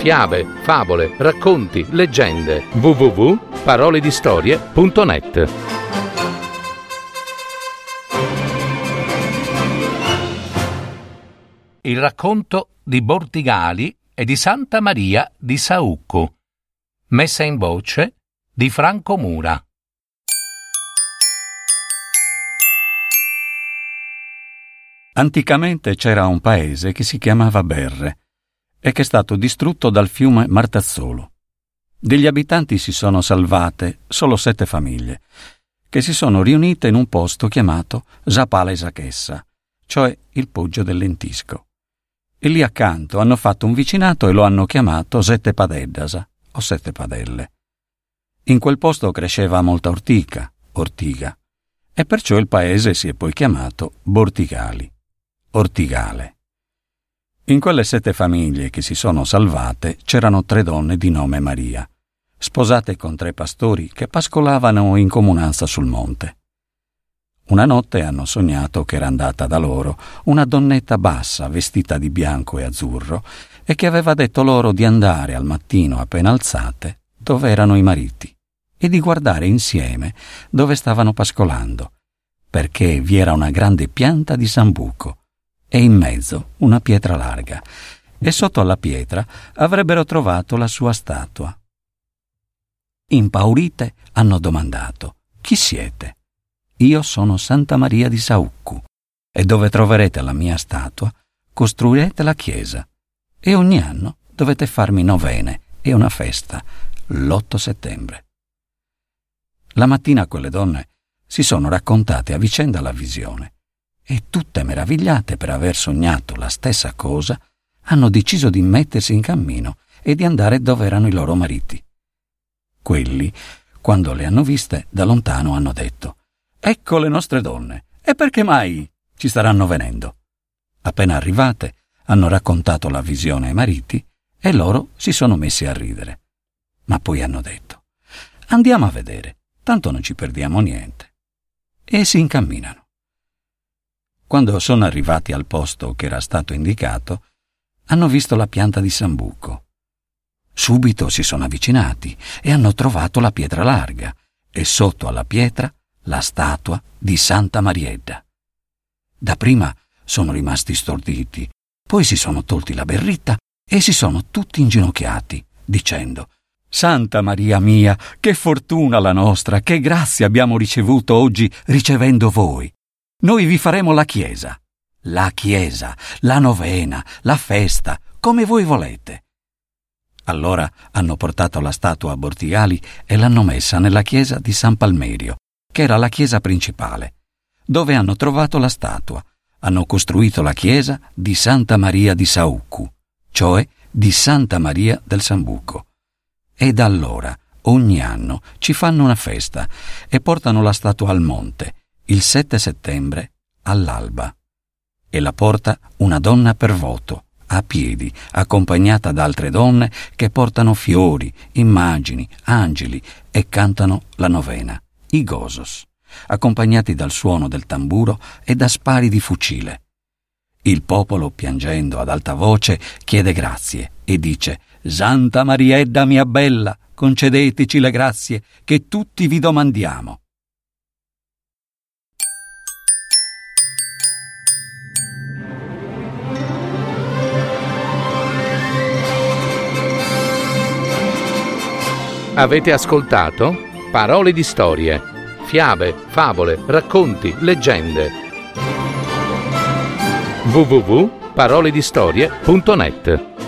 fiabe, favole, racconti, leggende. www.paroledistorie.net. Il racconto di Bortigali e di Santa Maria di Saucco. Messa in voce di Franco Mura. Anticamente c'era un paese che si chiamava Berre e che è stato distrutto dal fiume Martazzolo. Degli abitanti si sono salvate solo 7 famiglie, che si sono riunite in un posto chiamato Zapala Isachessa, cioè il Poggio del Lentisco. E lì accanto hanno fatto un vicinato e lo hanno chiamato Sette Padeddasa, o 7 padelle. In quel posto cresceva molta ortiga, e perciò il paese si è poi chiamato Bortigali, Ortigale. In quelle 7 famiglie che si sono salvate c'erano 3 donne di nome Maria, sposate con 3 pastori che pascolavano in comunanza sul monte. Una notte hanno sognato che era andata da loro una donnetta bassa, vestita di bianco e azzurro, e che aveva detto loro di andare al mattino appena alzate dove erano i mariti e di guardare insieme dove stavano pascolando, perché vi era una grande pianta di sambuco e in mezzo una pietra larga, e sotto alla pietra avrebbero trovato la sua statua. Impaurite hanno domandato: «Chi siete?» «Io sono Santa Maria di Saucco, e dove troverete la mia statua costruirete la chiesa, e ogni anno dovete farmi novene e una festa, l'8 settembre». La mattina quelle donne si sono raccontate a vicenda la visione, e tutte meravigliate per aver sognato la stessa cosa, hanno deciso di mettersi in cammino e di andare dove erano i loro mariti. Quelli, quando le hanno viste da lontano, hanno detto: «Ecco le nostre donne, e perché mai ci staranno venendo?» Appena arrivate, hanno raccontato la visione ai mariti e loro si sono messi a ridere. Ma poi hanno detto: «Andiamo a vedere, tanto non ci perdiamo niente». E si incamminano. Quando sono arrivati al posto che era stato indicato, hanno visto la pianta di sambuco. Subito si sono avvicinati e hanno trovato la pietra larga e sotto alla pietra la statua di Santa Mariedda. Dapprima sono rimasti storditi, poi si sono tolti la berritta e si sono tutti inginocchiati, dicendo: «Santa Maria mia, che fortuna la nostra, che grazia abbiamo ricevuto oggi ricevendo voi! Noi vi faremo la chiesa, la novena, la festa, come voi volete». Allora hanno portato la statua a Bortigali e l'hanno messa nella chiesa di San Palmerio, che era la chiesa principale, dove hanno trovato la statua. Hanno costruito la chiesa di Santa Maria di Saucco, cioè di Santa Maria del Sambuco. E da allora, ogni anno, ci fanno una festa e portano la statua al monte, il 7 settembre, all'alba. E la porta una donna per voto, a piedi, accompagnata da altre donne che portano fiori, immagini, angeli e cantano la novena, i gozos, accompagnati dal suono del tamburo e da spari di fucile. Il popolo, piangendo ad alta voce, chiede grazie e dice: «Santa Mariedda mia bella, concedeteci le grazie che tutti vi domandiamo». Avete ascoltato Parole di Storie, fiabe, favole, racconti, leggende. www.paroledistorie.net